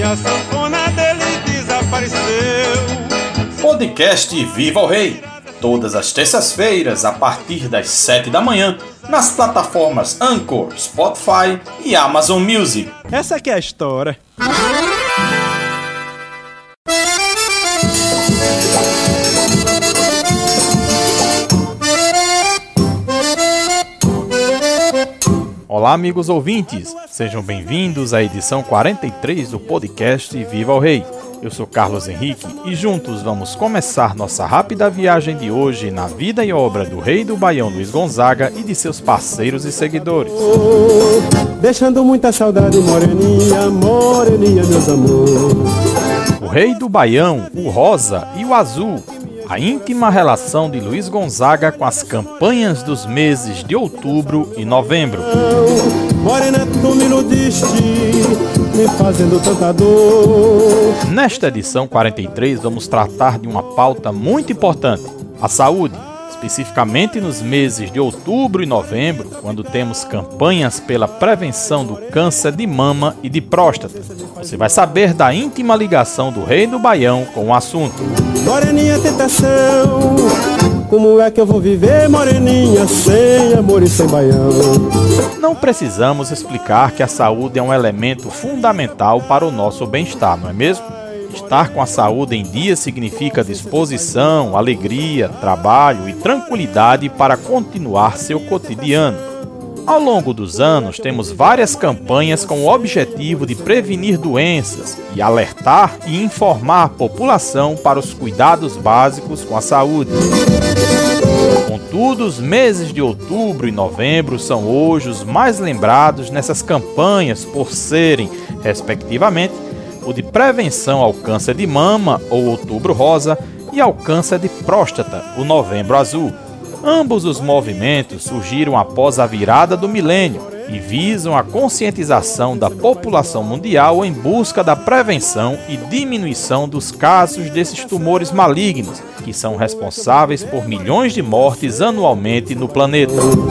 minha sanfona dele desapareceu. Podcast Viva o Rei, todas as terças-feiras a partir das 7 da manhã, nas plataformas Anchor, Spotify e Amazon Music. Essa aqui é a história. Olá, amigos ouvintes, sejam bem-vindos à edição 43 do podcast Viva o Rei. Eu sou Carlos Henrique e juntos vamos começar nossa rápida viagem de hoje na vida e obra do rei do Baião Luiz Gonzaga e de seus parceiros e seguidores. Deixando muita saudade, moreninha, moreninha, meus amores. O rei do Baião, o rosa e o azul. A íntima relação de Luiz Gonzaga com as campanhas dos meses de outubro e novembro. Morena, tu me iludiste, me fazendo tanta dor. Nesta edição 43 vamos tratar de uma pauta muito importante, a saúde, especificamente nos meses de outubro e novembro, quando temos campanhas pela prevenção do câncer de mama e de próstata. Você vai saber da íntima ligação do rei do Baião com o assunto. Moreninha, tentação, como é que eu vou viver, moreninha, sem amor e sem baião? Não precisamos explicar que a saúde é um elemento fundamental para o nosso bem-estar, não é mesmo? Estar com a saúde em dia significa disposição, alegria, trabalho e tranquilidade para continuar seu cotidiano. Ao longo dos anos, temos várias campanhas com o objetivo de prevenir doenças e alertar e informar a população para os cuidados básicos com a saúde. Contudo, os meses de outubro e novembro são hoje os mais lembrados nessas campanhas por serem, respectivamente, o de prevenção ao câncer de mama, ou outubro rosa, e ao câncer de próstata, o novembro azul. Ambos os movimentos surgiram após a virada do milênio e visam a conscientização da população mundial em busca da prevenção e diminuição dos casos desses tumores malignos, que são responsáveis por milhões de mortes anualmente no planeta.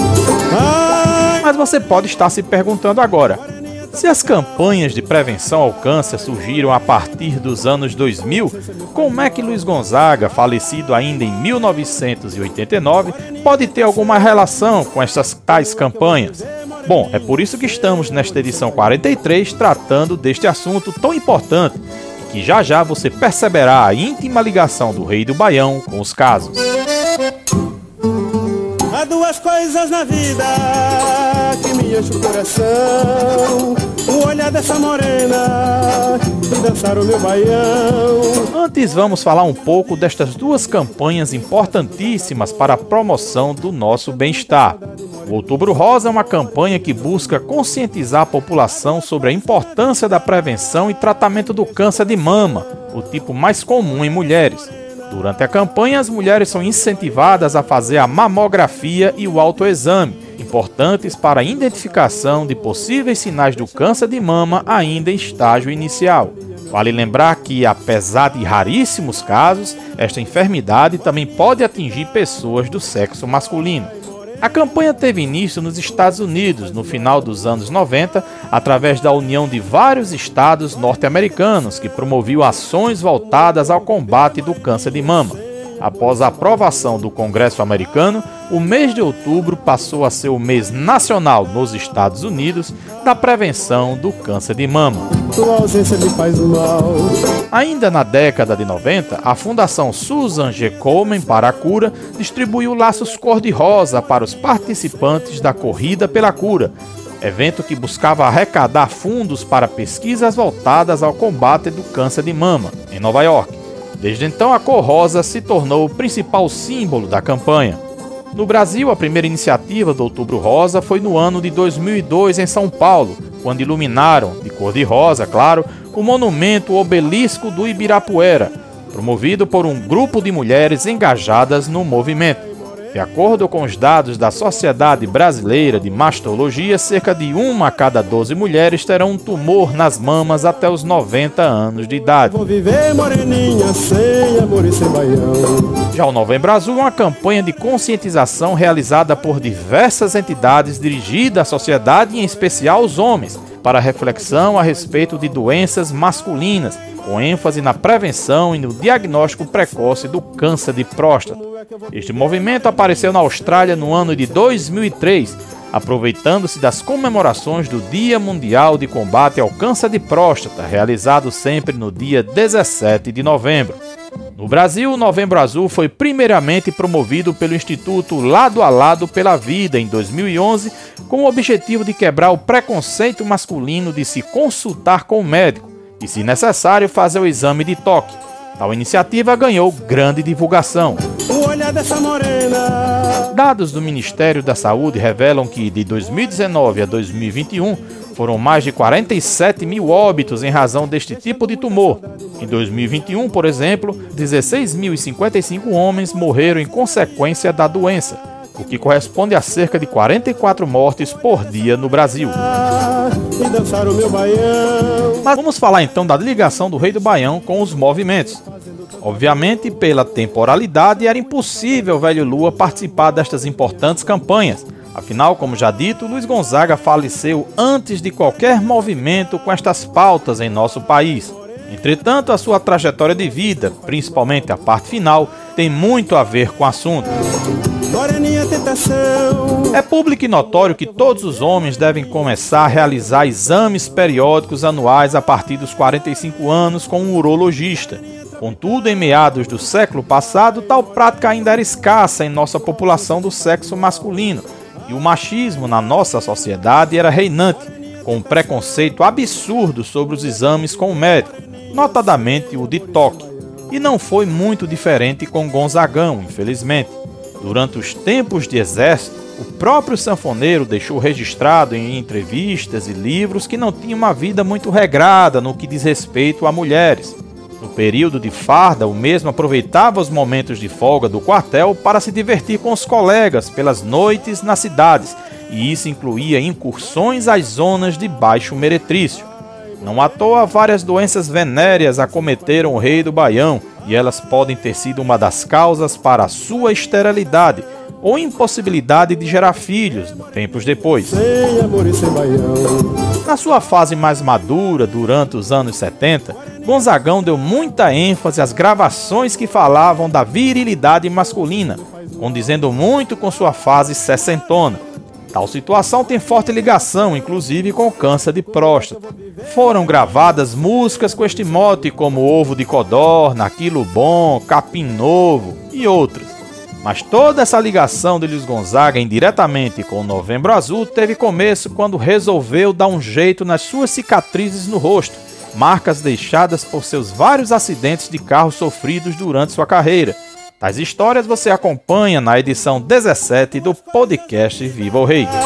Mas você pode estar se perguntando agora, se as campanhas de prevenção ao câncer surgiram a partir dos anos 2000, como é que Luiz Gonzaga, falecido ainda em 1989, pode ter alguma relação com essas tais campanhas? Bom, é por isso que estamos nesta edição 43 tratando deste assunto tão importante, e que já já você perceberá a íntima ligação do rei do Baião com os casos. Há duas coisas na vida que me enchem o coração: o olhar dessa morena e dançar o meu baião. Antes vamos falar um pouco destas duas campanhas importantíssimas para a promoção do nosso bem-estar. O Outubro Rosa é uma campanha que busca conscientizar a população sobre a importância da prevenção e tratamento do câncer de mama, o tipo mais comum em mulheres. Durante a campanha, as mulheres são incentivadas a fazer a mamografia e o autoexame, importantes para a identificação de possíveis sinais do câncer de mama ainda em estágio inicial. Vale lembrar que, apesar de raríssimos casos, esta enfermidade também pode atingir pessoas do sexo masculino. A campanha teve início nos Estados Unidos no final dos anos 90, através da união de vários estados norte-americanos que promoviam ações voltadas ao combate do câncer de mama. Após a aprovação do Congresso americano, o mês de outubro passou a ser o mês nacional nos Estados Unidos da prevenção do câncer de mama. Tua ausência me faz mal. Ainda na década de 90, a Fundação Susan G. Komen para a Cura distribuiu laços cor-de-rosa para os participantes da Corrida pela Cura, evento que buscava arrecadar fundos para pesquisas voltadas ao combate do câncer de mama, em Nova York. Desde então, a cor rosa se tornou o principal símbolo da campanha. No Brasil, a primeira iniciativa do Outubro Rosa foi no ano de 2002 em São Paulo, quando iluminaram, de cor de rosa, claro, o monumento Obelisco do Ibirapuera, promovido por um grupo de mulheres engajadas no movimento. De acordo com os dados da Sociedade Brasileira de Mastologia, cerca de 1 a cada 12 mulheres terão um tumor nas mamas até os 90 anos de idade. Vou viver moreninha, sem amor e sem baião. Já o Novembro Azul é uma campanha de conscientização realizada por diversas entidades dirigida à sociedade e em especial aos homens, para reflexão a respeito de doenças masculinas, com ênfase na prevenção e no diagnóstico precoce do câncer de próstata. Este movimento apareceu na Austrália no ano de 2003, aproveitando-se das comemorações do Dia Mundial de Combate ao Câncer de Próstata, realizado sempre no dia 17 de novembro. No Brasil, o Novembro Azul foi primeiramente promovido pelo Instituto Lado a Lado pela Vida em 2011, com o objetivo de quebrar o preconceito masculino de se consultar com o médico e, se necessário, fazer o exame de toque. Tal iniciativa ganhou grande divulgação. Dados do Ministério da Saúde revelam que, de 2019 a 2021, foram mais de 47 mil óbitos em razão deste tipo de tumor. Em 2021, por exemplo, 16.055 homens morreram em consequência da doença, o que corresponde a cerca de 44 mortes por dia no Brasil. Mas vamos falar então da ligação do Rei do Baião com os movimentos. Obviamente, pela temporalidade, era impossível o Velho Lua participar destas importantes campanhas. Afinal, como já dito, Luiz Gonzaga faleceu antes de qualquer movimento com estas pautas em nosso país. Entretanto, a sua trajetória de vida, principalmente a parte final, tem muito a ver com o assunto. É público e notório que todos os homens devem começar a realizar exames periódicos anuais a partir dos 45 anos com um urologista. Contudo, em meados do século passado, tal prática ainda era escassa em nossa população do sexo masculino, e o machismo na nossa sociedade era reinante, com um preconceito absurdo sobre os exames com o médico, notadamente o de toque. E não foi muito diferente com Gonzagão, infelizmente. Durante os tempos de exército, o próprio sanfoneiro deixou registrado em entrevistas e livros que não tinha uma vida muito regrada no que diz respeito a mulheres. No período de farda, o mesmo aproveitava os momentos de folga do quartel para se divertir com os colegas pelas noites nas cidades, e isso incluía incursões às zonas de baixo meretrício. Não à toa, várias doenças venéreas acometeram o Rei do Baião, e elas podem ter sido uma das causas para a sua esterilidade ou impossibilidade de gerar filhos tempos depois. Na sua fase mais madura, durante os anos 70, Gonzagão deu muita ênfase às gravações que falavam da virilidade masculina, condizendo muito com sua fase sessentona. Tal situação tem forte ligação, inclusive, com o câncer de próstata. Foram gravadas músicas com este mote como Ovo de Codorna, Aquilo Bom, Capim Novo e outras. Mas toda essa ligação de Luiz Gonzaga indiretamente com o Novembro Azul teve começo quando resolveu dar um jeito nas suas cicatrizes no rosto, marcas deixadas por seus vários acidentes de carro sofridos durante sua carreira. Tais histórias você acompanha na edição 17 do podcast Viva o Rei.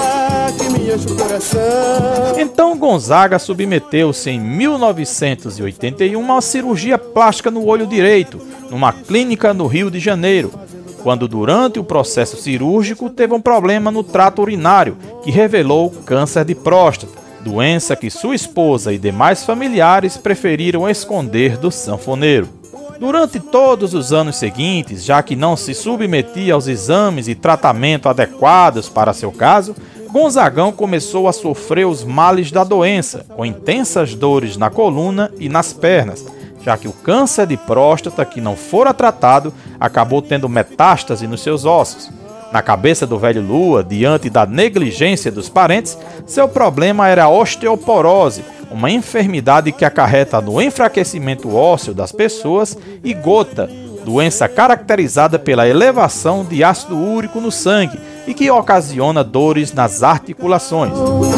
Então Gonzaga submeteu-se em 1981 a uma cirurgia plástica no olho direito, numa clínica no Rio de Janeiro, quando durante o processo cirúrgico teve um problema no trato urinário que revelou câncer de próstata, doença que sua esposa e demais familiares preferiram esconder do sanfoneiro. Durante todos os anos seguintes, já que não se submetia aos exames e tratamento adequados para seu caso, Gonzagão começou a sofrer os males da doença, com intensas dores na coluna e nas pernas, já que o câncer de próstata que não fora tratado acabou tendo metástase nos seus ossos. Na cabeça do Velho Lua, diante da negligência dos parentes, seu problema era a osteoporose, uma enfermidade que acarreta no enfraquecimento ósseo das pessoas, e gota, doença caracterizada pela elevação de ácido úrico no sangue e que ocasiona dores nas articulações.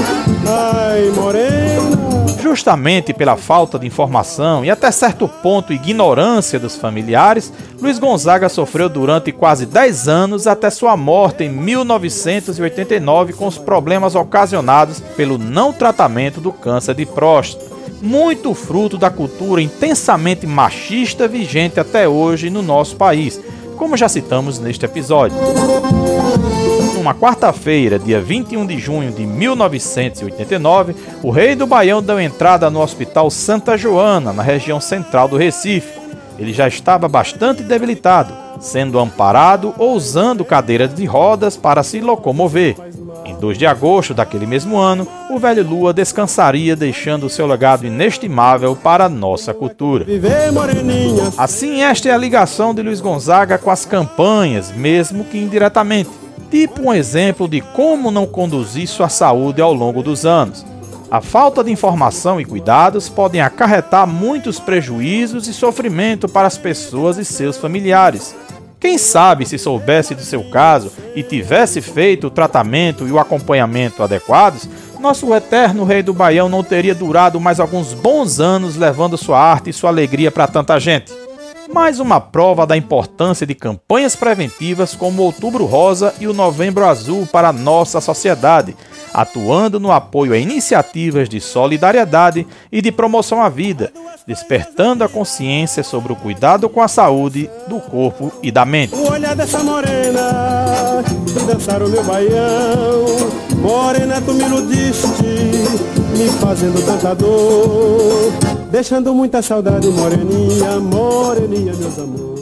Justamente pela falta de informação e até certo ponto ignorância dos familiares, Luiz Gonzaga sofreu durante quase 10 anos até sua morte em 1989 com os problemas ocasionados pelo não tratamento do câncer de próstata, muito fruto da cultura intensamente machista vigente até hoje no nosso país, como já citamos neste episódio. Numa quarta-feira, dia 21 de junho de 1989, o Rei do Baião deu entrada no Hospital Santa Joana, na região central do Recife. Ele já estava bastante debilitado, sendo amparado ou usando cadeiras de rodas para se locomover. Em 2 de agosto daquele mesmo ano, o velho Lua descansaria, deixando seu legado inestimável para a nossa cultura. Assim, esta é a ligação de Luiz Gonzaga com as campanhas, mesmo que indiretamente. Tipo um exemplo de como não conduzir sua saúde ao longo dos anos. A falta de informação e cuidados podem acarretar muitos prejuízos e sofrimento para as pessoas e seus familiares. Quem sabe, se soubesse do seu caso e tivesse feito o tratamento e o acompanhamento adequados, nosso eterno rei do Baião não teria durado mais alguns bons anos levando sua arte e sua alegria para tanta gente. Mais uma prova da importância de campanhas preventivas como o Outubro Rosa e o Novembro Azul para a nossa sociedade, atuando no apoio a iniciativas de solidariedade e de promoção à vida, despertando a consciência sobre o cuidado com a saúde do corpo e da mente. O olhar dessa morena e dançar o meu baião. Morena, tu me iludiste, me fazendo tanta dor, deixando muita saudade, moreninha, moreninha, meus amores.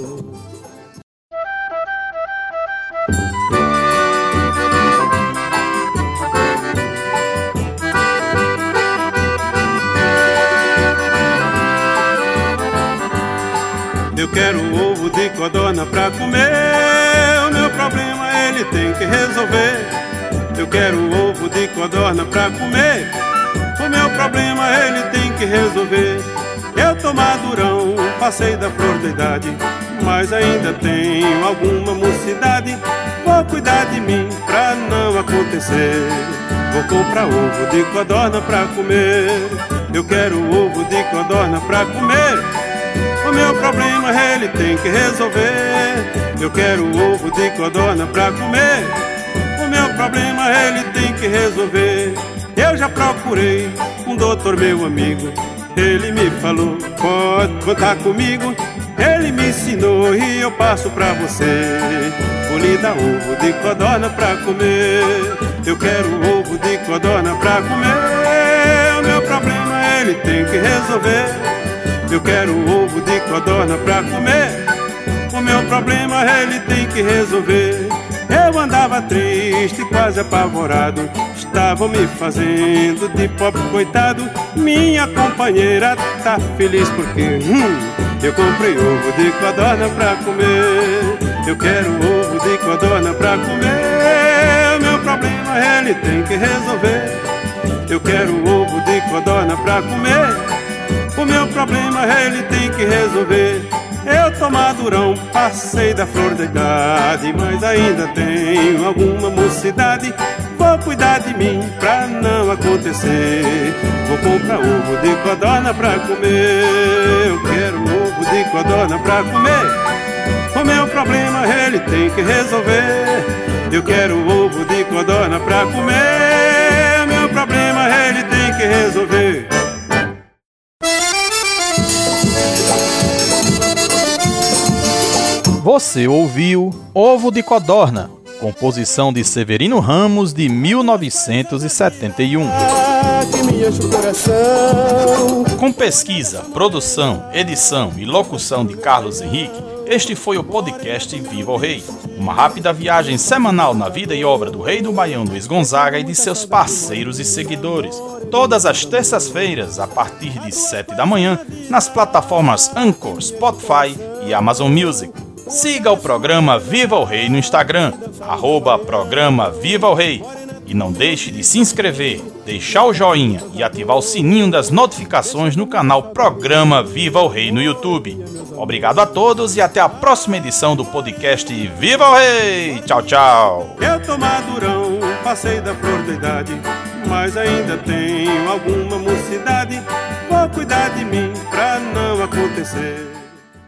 Eu quero ovo de codorna pra comer, o meu problema ele tem que resolver. Eu quero ovo de codorna pra comer, o meu problema ele tem que resolver. Eu tô madurão, passei da flor da idade, mas ainda tenho alguma mocidade. Vou cuidar de mim pra não acontecer, vou comprar ovo de codorna pra comer. Eu quero ovo de codorna pra comer, o meu problema ele tem que resolver. Eu quero ovo de codorna pra comer, o meu problema ele tem que resolver. Eu já procurei um doutor meu amigo, ele me falou, pode contar comigo. Ele me ensinou e eu passo pra você. Vou lhe dar ovo de codorna pra comer. Eu quero ovo de codorna pra comer, o meu problema ele tem que resolver. Eu quero ovo de codorna pra comer, o meu problema ele tem que resolver. Eu andava triste, quase apavorado, estavam me fazendo de pobre coitado. Minha companheira tá feliz porque eu comprei ovo de codorna pra comer. Eu quero ovo de codorna pra comer, o meu problema ele tem que resolver. Eu quero ovo de codorna pra comer, o meu problema ele tem que resolver. Eu tô madurão, passei da flor da idade, mas ainda tenho alguma mocidade. Vou cuidar de mim pra não acontecer, vou comprar ovo de codorna pra comer. Eu quero ovo de codorna pra comer, o meu problema ele tem que resolver. Eu quero ovo de codorna pra comer, meu problema ele tem que resolver. Você ouviu Ovo de Codorna, composição de Severino Ramos de 1971. Que me enche o coração. Com pesquisa, produção, edição e locução de Carlos Henrique, este foi o podcast Viva o Rei, uma rápida viagem semanal na vida e obra do rei do Baião Luiz Gonzaga e de seus parceiros e seguidores. Todas as terças-feiras, a partir de 7 da manhã, nas plataformas Anchor, Spotify e Amazon Music. Siga o programa Viva o Rei no Instagram, @programa Viva o Rei. E não deixe de se inscrever, deixar o joinha e ativar o sininho das notificações no canal Programa Viva o Rei no YouTube. Obrigado a todos e até a próxima edição do podcast Viva o Rei! Tchau, tchau! Eu tô madurão, passei da flor da idade, mas ainda tenho alguma mocidade. Vou cuidar de mim pra não acontecer.